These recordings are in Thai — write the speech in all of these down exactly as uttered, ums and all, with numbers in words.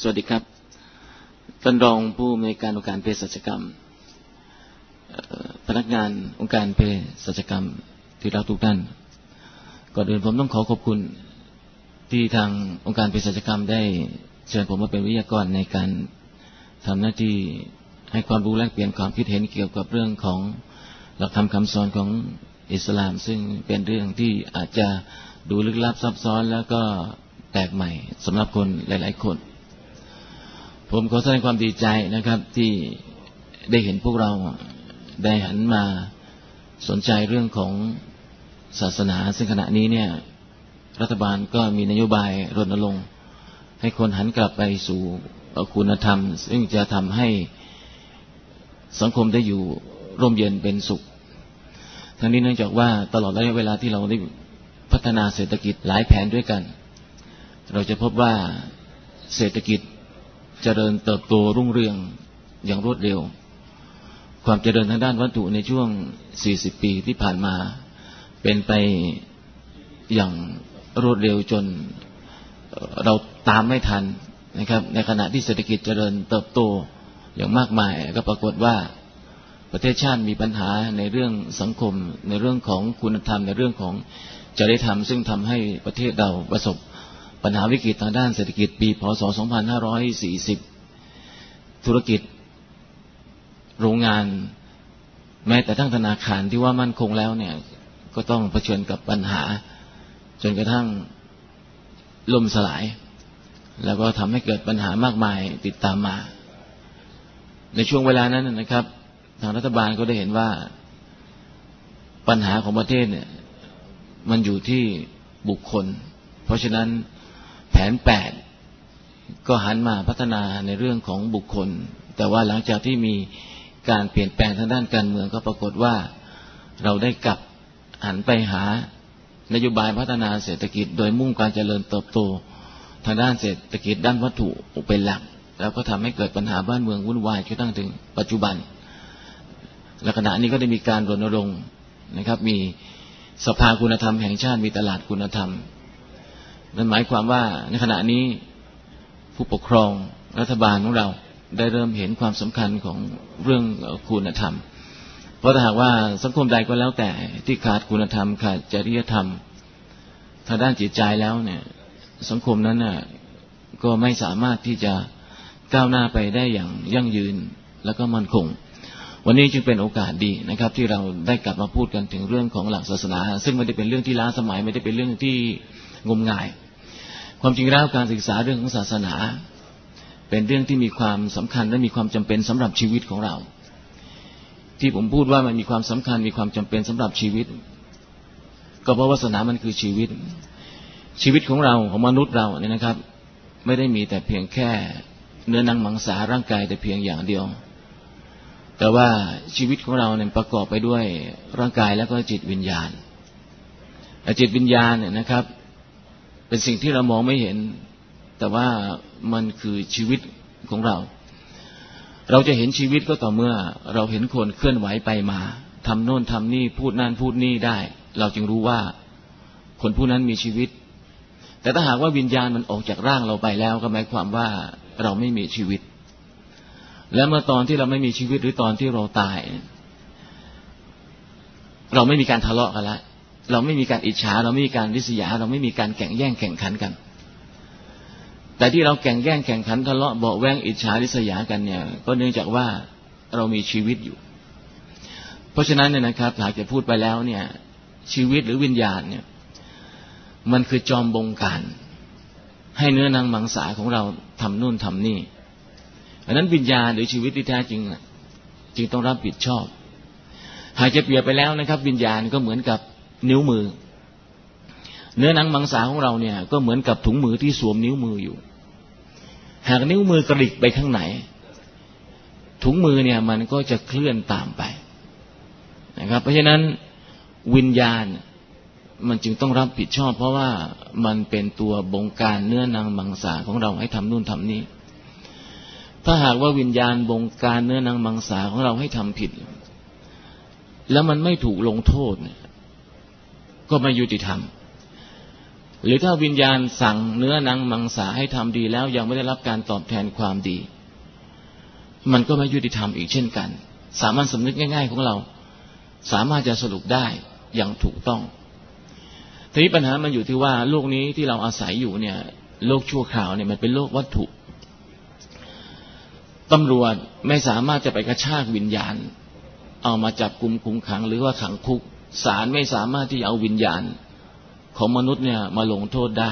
สวัสดีครับท่านรองผู้อำนวยการองค์การเภสัชกรรมพนักงานองค์การเภสัชกรรมที่รักทุกท่านก่อนอื่นผมต้องขอขอบคุณที่ทางองค์การเภสัชกรรมได้เชิญผมมาเป็นวิทยากรในการทำหน้าที่ให้ความรู้แลกเปลี่ยนความคิดเห็นเกี่ยวกับเรื่องของหลักธรรมคำสอนของอิสลามซึ่งเป็นเรื่องที่อาจจะดูลึกลับซับซ้อนแล้วก็แปลกใหม่สำหรับคนหลายๆคนผมขอแสดงความดีใจนะครับที่ได้เห็นพวกเราได้หันมาสนใจเรื่องของศาสนาซึ่งขณะนี้เนี่ยรัฐบาลก็มีนโยบายรณรงค์ให้คนหันกลับไปสู่คุณธรรมซึ่งจะทำให้สังคมได้อยู่ร่มเย็นเป็นสุขทั้งนี้เนื่องจากว่าตลอดระยะเวลาที่เราได้พัฒนาเศรษฐกิจหลายแผนด้วยกันเราจะพบว่าเศรษฐกิจเจริญเติบโตรุ่งเรืองอย่างรวดเร็วความเจริญทางด้านวัตถุในช่วงสี่สิบปีที่ผ่านมาเป็นไปอย่างรวดเร็วจนเราตามไม่ทันนะครับในขณะที่เศรษฐกิจเจริญเติบโตอย่างมากมายก็ปรากฏว่าประเทศชาติมีปัญหาในเรื่องสังคมในเรื่องของคุณธรรมในเรื่องของจริยธรรมซึ่งทำให้ประเทศเราประสบปัญหาวิกฤตทางด้านเศรษฐกิจปีพ.ศ. สองพันห้าร้อยสี่สิบธุรกิจโรงงานแม้แต่ทั้งธนาคารที่ว่ามั่นคงแล้วเนี่ยก็ต้องเผชิญกับปัญหาจนกระทั่งล่มสลายแล้วก็ทำให้เกิดปัญหามากมายติดตามมาในช่วงเวลานั้นนะครับทางรัฐบาลก็ได้เห็นว่าปัญหาของประเทศเนี่ยมันอยู่ที่บุคคลเพราะฉะนั้นแผนแปดก็หันมาพัฒนาในเรื่องของบุคคลแต่ว่าหลังจากที่มีการเปลี่ยนแปลงทางด้านการเมืองก็ปรากฏว่าเราได้กลับหันไปหานโยบายพัฒนาเศรษฐกิจโดยมุ่งการเจริญเติบโตทางด้านเศรษฐกิจด้านวัตถุเป็นหลักแล้วก็ทำให้เกิดปัญหาบ้านเมืองวุ่นวายจนถึงปัจจุบันและขณะนี้ก็ได้มีการรณรงค์นะครับมีสภาคุณธรรมแห่งชาติมีตลาดคุณธรรมนั่นหมายความว่าในขณะนี้ผู้ปกครองรัฐบาลของเราได้เริ่มเห็นความสำคัญของเรื่องคุณธรรมเพราะถ้าหากว่าสังคมใดก็แล้วแต่ที่ขาดคุณธรรมขาดจริยธรรมทางด้านจิตใจแล้วเนี่ยสังคมนั้นน่ะก็ไม่สามารถที่จะก้าวหน้าไปได้อย่างยั่งยืนและก็มั่นคงวันนี้จึงเป็นโอกาสดีนะครับที่เราได้กลับมาพูดกันถึงเรื่องของหลักศาสนาซึ่งไม่ได้เป็นเรื่องที่ล้าสมัยไม่ได้เป็นเรื่องที่งมงายความจริงแล้วการศึกษาเรื่องของศาสนาเป็นเรื่องที่มีความสำคัญและมีความจำเป็นสำหรับชีวิตของเราที่ผมพูดว่ามันมีความสำคัญมีความจำเป็นสำหรับชีวิตก็เพราะว่าศาสนามันคือชีวิตชีวิตของเราของมนุษย์เราเนี่ยนะครับไม่ได้มีแต่เพียงแค่เนื้อหนังมังสาร่างกายแต่เพียงอย่างเดียวแต่ว่าชีวิตของเราเนี่ยประกอบไปด้วยร่างกายแล้วก็จิตวิญญาณจิตวิญญาณเนี่ยนะครับเป็นสิ่งที่เรามองไม่เห็นแต่ว่ามันคือชีวิตของเราเราจะเห็นชีวิตก็ต่อเมื่อเราเห็นคนเคลื่อนไหวไปมาทำโน่นทำนี่พูดนั่นพูดนี่ได้เราจึงรู้ว่าคนผู้นั้นมีชีวิตแต่ถ้าหากว่าวิญญาณมันออกจากร่างเราไปแล้วก็หมายความว่าเราไม่มีชีวิตและเมื่อตอนที่เราไม่มีชีวิตหรือตอนที่เราตายเราไม่มีการทะเลาะกันละเราไม่มีการอิจฉาเราไม่มีการริษยาเราไม่มีการแข่งแย่งแข่งขันกันแต่ที่เราแข่งแย่งแข่งขันทะเลาะเบาะแว้งอิจฉาริษยากันเนี่ยก็เนื่องจากว่าเรามีชีวิตอยู่เพราะฉะนั้นเนี่ยนะครับหากจะพูดไปแล้วเนี่ยชีวิตหรือวิญญาณเนี่ยมันคือจอมบงการให้เนื้อนางมังสาของเราทำนู่นทำนี่เพราะนั้นวิญญาณหรือชีวิตที่แท้จริงจึงต้องรับผิดชอบหากจะเปรียบไปแล้วนะครับวิญญาณก็เหมือนกับนิ้วมือเนื้อหนังมังสาของเราเนี่ยก็เหมือนกับถุงมือที่สวมนิ้วมืออยู่หากนิ้วมือกระดิกไปข้างไหนถุงมือเนี่ยมันก็จะเคลื่อนตามไปนะครับเพราะฉะนั้นวิญญาณมันจึงต้องรับผิดชอบเพราะว่ามันเป็นตัวบงการเนื้อหนังมังสาของเราให้ทำนู่นทำนี่ถ้าหากว่าวิญญาณบงการเนื้อหนังมังสาของเราให้ทำผิดแล้วมันไม่ถูกลงโทษก็ไม่ยุติธรรมหรือถ้าวิญญาณสั่งเนื้อหนังมังสาให้ทำดีแล้วยังไม่ได้รับการตอบแทนความดีมันก็ไม่ยุติธรรมอีกเช่นกันสามัญสำนึกง่ายๆของเราสามารถจะสรุปได้อย่างถูกต้องทีนี้ปัญหามันอยู่ที่ว่าโลกนี้ที่เราอาศัยอยู่เนี่ยโลกชั่วคราวเนี่ยมันเป็นโลกวัตถุตำรวจไม่สามารถจะไปกระชากวิญญาณเอามาจับกุมคุมขังหรือว่าขังคุกศาลไม่สามารถที่จะเอาวิญญาณของมนุษย์เนี่ยมาลงโทษได้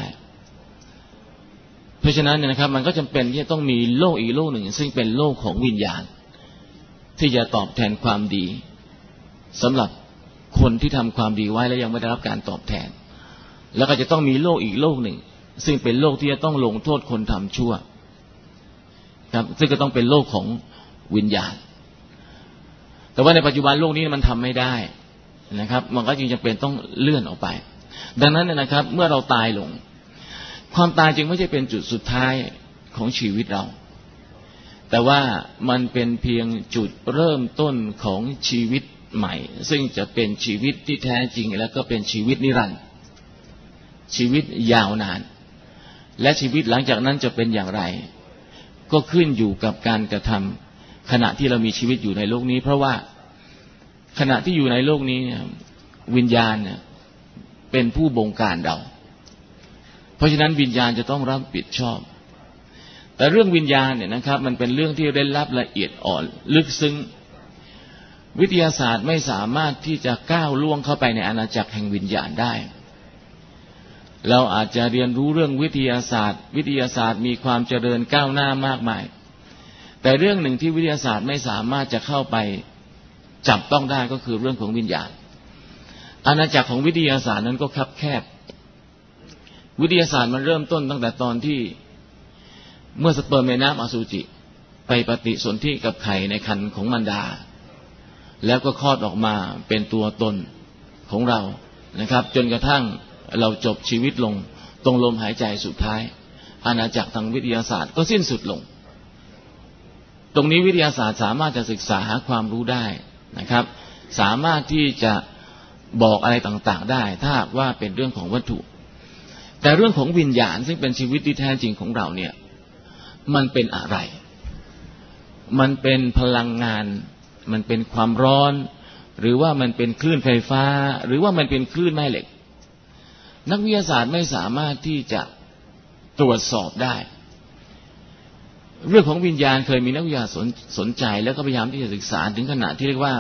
เพราะฉะนั้นเนี่ยนะครับมันก็จำเป็นที่จะต้องมีโลกอีกโลกหนึ่งซึ่งเป็นโลกของวิญญาณที่จะตอบแทนความดีสำหรับคนที่ทำความดีไว้แล้วยังไม่ได้รับการตอบแทนแล้วก็จะต้องมีโลกอีกโลกหนึ่งซึ่งเป็นโลกที่จะต้องลงโทษคนทำชั่วครับซึ่งก็ต้องเป็นโลกของวิญญาณแต่ว่าในปัจจุบันโลกนี้มันทำไม่ได้นะครับมันก็จึงจำเป็นต้องเลื่อนออกไปดังนั้นเนี่ยนะครับเมื่อเราตายลงความตายจึงไม่ใช่เป็นจุดสุดท้ายของชีวิตเราแต่ว่ามันเป็นเพียงจุดเริ่มต้นของชีวิตใหม่ซึ่งจะเป็นชีวิตที่แท้จริงแล้วก็เป็นชีวิตนิรันดร์ชีวิตยาวนานและชีวิตหลังจากนั้นจะเป็นอย่างไรก็ขึ้นอยู่กับการกระทำขณะที่เรามีชีวิตอยู่ในโลกนี้เพราะว่าขณะที่อยู่ในโลกนี้วิญญาณเนี่ยเป็นผู้บงการเราเพราะฉะนั้นวิญญาณจะต้องรับผิดชอบแต่เรื่องวิญญาณเนี่ยนะครับมันเป็นเรื่องที่เร้นลับละเอียดอ่อนลึกซึ้งวิทยาศาสตร์ไม่สามารถที่จะก้าวล่วงเข้าไปในอาณาจักรแห่งวิญญาณได้เราอาจจะเรียนรู้เรื่องวิทยาศาสตร์วิทยาศาสตร์มีความเจริญก้าวหน้ามากมายแต่เรื่องหนึ่งที่วิทยาศาสตร์ไม่สามารถจะเข้าไปจับต้องได้ก็คือเรื่องของวิญญาณอาณาจักรของวิทยาศาสตร์นั้นก็คับแคบวิทยาศาสตร์มันเริ่มต้นตั้งแต่ตอนที่เมื่อสเปิร์มในน้ำอสุจิไปปฏิสนธิกับไข่ในครรภ์ของมารดาแล้วก็คลอดออกมาเป็นตัวตนของเรานะครับจนกระทั่งเราจบชีวิตลงตรงลมหายใจสุดท้ายอาณาจักรทางวิทยาศาสตร์ก็สิ้นสุดลงตรงนี้วิทยาศาสตร์สามารถจะศึกษาหาความรู้ได้นะครับสามารถที่จะบอกอะไรต่างๆได้ถ้าว่าเป็นเรื่องของวัตถุแต่เรื่องของวิญญาณซึ่งเป็นชีวิตที่แท้จริงของเราเนี่ยมันเป็นอะไรมันเป็นพลังงานมันเป็นความร้อนหรือว่ามันเป็นคลื่นไฟฟ้าหรือว่ามันเป็นคลื่นแม่เหล็กนักวิทยาศาสตร์ไม่สามารถที่จะตรวจสอบได้เรื่องของวิญญาณเคยมีนักวิทยาศาสตร์สนใจแล้วก็พยายามที่จะศึกษาถึงขนาดที่เรียกว่า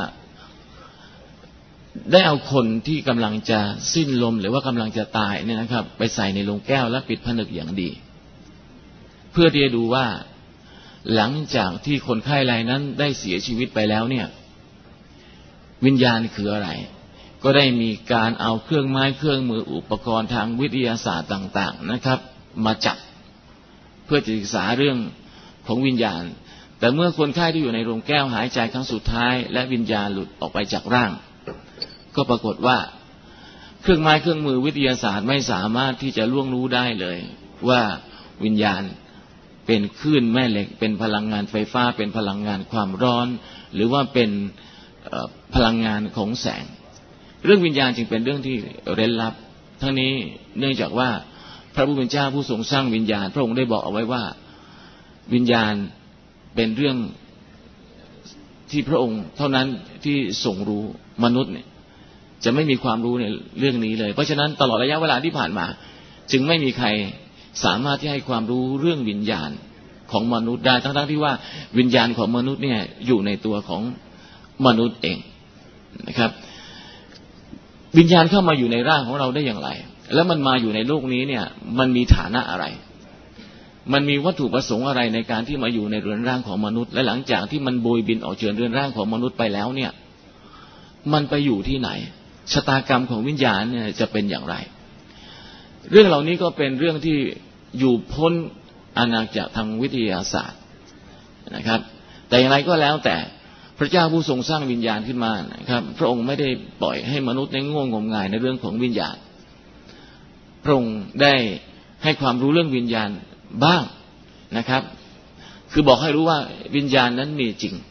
ได้เอาคนที่กำลังจะสิ้นลมหรือว่ากำลังจะตายเนี่ยนะครับไปใส่ในโลงแก้วและปิดผนึกอย่างดีเพื่อที่จะดูว่าหลังจากที่คนไข้รายนั้นได้เสียชีวิตไปแล้วเนี่ยวิญญาณคืออะไรก็ได้มีการเอาเครื่องไม้เครื่องมืออุปกรณ์ทางวิทยาศาสตร์ต่างๆนะครับมาจับเพื่อศึกษาเรื่องของวิญญาณแต่เมื่อคนไข้ที่อยู่ในโรงแก้วหายใจครั้งสุดท้ายและวิญญาณหลุดออกไปจากร่างก็ปรากฏว่าเครื่องไม้เครื่องมือวิทยาศาสตร์ไม่สามารถที่จะล่วงรู้ได้เลยว่าวิญญาณเป็นคลื่นแม่เหล็กเป็นพลังงานไฟฟ้าเป็นพลังงานความร้อนหรือว่าเป็นพลังงานของแสงเรื่องวิญญาณจึงเป็นเรื่องที่เร้นลับทั้งนี้เนื่องจากว่าพระผู้เป็นเจ้าผู้ทรงสร้างวิญญาณพระองค์ได้บอกเอาไว้ว่าวิญญาณเป็นเรื่องที่พระองค์เท่านั้นที่ทรงรู้มนุษย์เนี่ยจะไม่มีความรู้ในเรื่องนี้เลยเพราะฉะนั้นตลอดระยะเวลาที่ผ่านมาจึงไม่มีใครสามารถที่ให้ความรู้เรื่องวิญญาณของมนุษย์ได้ทั้งๆที่ว่าวิญญาณของมนุษย์เนี่ยอยู่ในตัวของมนุษย์เองนะครับวิญญาณเข้ามาอยู่ในร่างของเราได้อย่างไรแล้วมันมาอยู่ในโลกนี้เนี่ยมันมีฐานะอะไรมันมีวัตถุประสงค์อะไรในการที่มาอยู่ในเรือนร่างของมนุษย์และหลังจากที่มันโบยบินออกจากเรือนร่างของมนุษย์ไปแล้วเนี่ยมันไปอยู่ที่ไหนชะตากรรมของวิญญาณเนี่ยจะเป็นอย่างไรเรื่องเหล่านี้ก็เป็นเรื่องที่อยู่พ้นอาณาจักรทางวิทยาศาสตร์นะครับแต่อย่างไรก็แล้วแต่พระเจ้าผู้ทรงสร้างวิญญาณขึ้นมานะครับพระองค์ไม่ได้ปล่อยให้มนุษย์ได้โง่งมงายในเรื่องของวิญญาณพระองค์ได้ให้ความรู้เรื่องวิญญาณบ้างนะครับคือบอกให้รู้ว่าวิญญาณนั้นมีจริง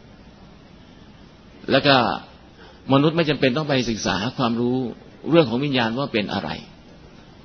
แล้วก็มนุษย์ไม่จำเป็นต้องไปศึกษาความรู้เรื่องของวิญญาณว่าเป็นอะไร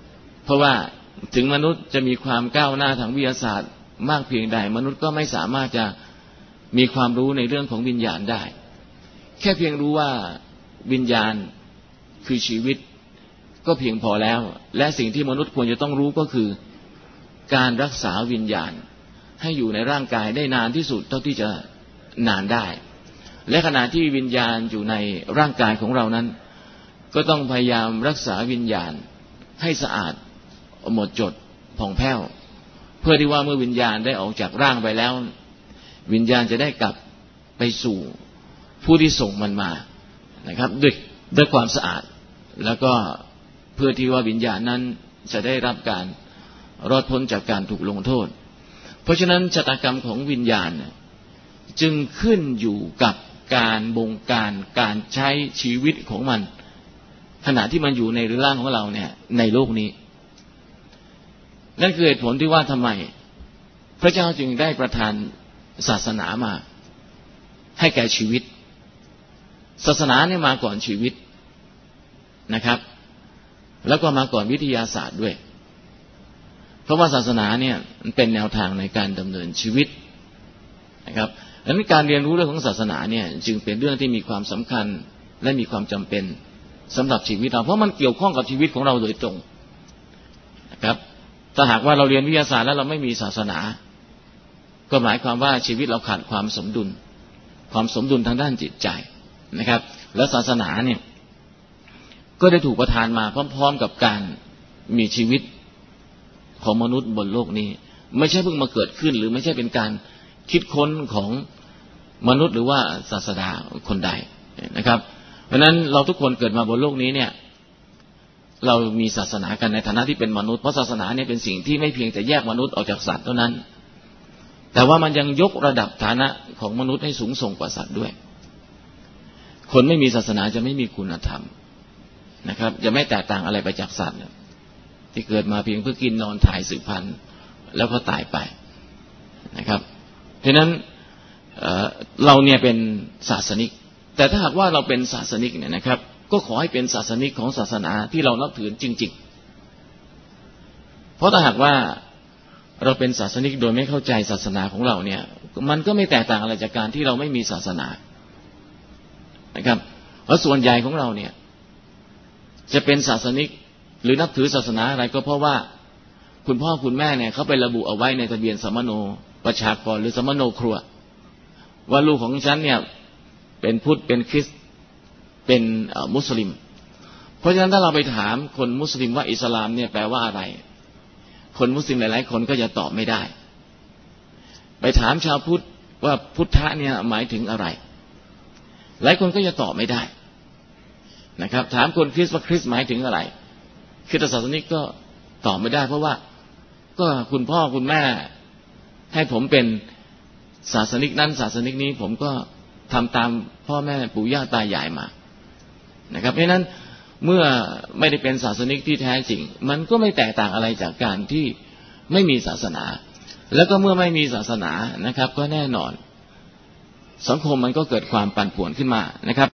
เพราะว่าถึงมนุษย์จะมีความก้าวหน้าทางวิทยาศาสตร์มากเพียงใดมนุษย์ก็ไม่สามารถจะมีความรู้ในเรื่องของวิญญาณได้แค่เพียงรู้ว่าวิญญาณคือชีวิตก็เพียงพอแล้วและสิ่งที่มนุษย์ควรจะต้องรู้ก็คือการรักษาวิญญาณให้อยู่ในร่างกายได้นานที่สุดเท่าที่จะนานได้และขณะที่วิญญาณอยู่ในร่างกายของเรานั้นก็ต้องพยายามรักษาวิญญาณให้สะอาดหมดจดผ่องแผ้วเพื่อที่ว่าเมื่อวิญญาณได้ออกจากร่างไปแล้ววิญญาณจะได้กลับไปสู่ผู้ที่ส่งมันมานะครับด้วยด้วยความสะอาดแล้วก็เพื่อที่ว่าวิญญาณนั้นจะได้รับการรอดพ้นจากการถูกลงโทษเพราะฉะนั้นชะตากรรมของวิญญาณจึงขึ้นอยู่กับการบงการการใช้ชีวิตของมันขณะที่มันอยู่ในร่างของเราเนี่ยในโลกนี้นั่นคือเหตุผลที่ว่าทำไมพระเจ้าจึงได้ประทานศาสนามาให้แก่ชีวิตศาสนาเนี่ยมาก่อนชีวิตนะครับแล้วก็มาก่อนวิทยาศาสตร์ด้วยเพราะว่าศาสนาเนี่ยมันเป็นแนวทางในการดำเนินชีวิตนะครับดังนั้นการเรียนรู้เรื่องของศาสนาเนี่ยจึงเป็นเรื่องที่มีความสำคัญและมีความจำเป็นสำหรับชีวิตเราเพราะมันเกี่ยวข้องกับชีวิตของเราโดยตรงนะครับถ้าหากว่าเราเรียนวิทยาศาสตร์แล้วเราไม่มีศาสนาก็หมายความว่าชีวิตเราขาดความสมดุลความสมดุลทางด้านจิตใจนะครับและศาสนาเนี่ยก็ได้ถูกประทานมาพร้อมๆกับการมีชีวิตของมนุษย์บนโลกนี้ไม่ใช่เพิ่งมาเกิดขึ้นหรือไม่ใช่เป็นการคิดค้นของมนุษย์หรือว่าศาสดาคนใดนะครับเพราะฉะนั้นเราทุกคนเกิดมาบนโลกนี้เนี่ยเรามีศาสนากันในฐานะที่เป็นมนุษย์เพราะศาสนาเนี่ยเป็นสิ่งที่ไม่เพียงแต่แยกมนุษย์ออกจากสัตว์เท่านั้นแต่ว่ามันยังยกระดับฐานะของมนุษย์ให้สูงส่งกว่าสัตว์ด้วยคนไม่มีศาสนาจะไม่มีคุณธรรมนะครับจะไม่แตกต่างอะไรไปจากสัตว์ที่เกิดมาเพียงเพื่อกินนอนถ่ายสืบพันธุ์แล้วก็ตายไปนะครับเพราะนั้นเอ่อเราเนี่ยเป็นศาสนิกแต่ถ้าหากว่าเราเป็นศาสนิกเนี่ยนะครับก็ขอให้เป็นศาสนิกของศาสนาที่เรานับถือจริงๆเพราะถ้าหากว่าเราเป็นศาสนิกโดยไม่เข้าใจศาสนาของเราเนี่ยมันก็ไม่แตกต่างอะไรจากการที่เราไม่มีศาสนานะครับเพราะส่วนใหญ่ของเราเนี่ยจะเป็นศาสนิกหรือนับถือศาสนาอะไรก็เพราะว่าคุณพ่อคุณแม่เนี่ยเขาไประบุเอาไว้ในทะเบียนสมโนประชากรหรือสมโนครัวว่าลูกของฉันเนี่ยเป็นพุทธเป็นคริสต์เป็นมุสลิมเพราะฉะนั้นถ้าเราไปถามคนมุสลิมว่าอิสลามเนี่ยแปลว่าอะไรคนมุสลิมหลายๆคนก็จะตอบไม่ได้ไปถามชาวพุทธว่าพุทธะเนี่ยหมายถึงอะไรหลายคนก็จะตอบไม่ได้นะครับถามคนคริสต์ว่าคริสต์หมายถึงอะไรคริสตศาสนิกก็ตอบไม่ได้เพราะว่าก็คุณพ่อคุณแม่ให้ผมเป็นศาสนิกนั้นศาสนิกนี้ผมก็ทำตามพ่อแม่ปู่ย่าตายายมานะครับเพราะฉะนั้นเมื่อไม่ได้เป็นศาสนิกที่แท้จริงมันก็ไม่แตกต่างอะไรจากการที่ไม่มีศาสนาแล้วก็เมื่อไม่มีศาสนานะครับก็แน่นอนสังคมมันก็เกิดความปั่นป่วนขึ้นมานะครับ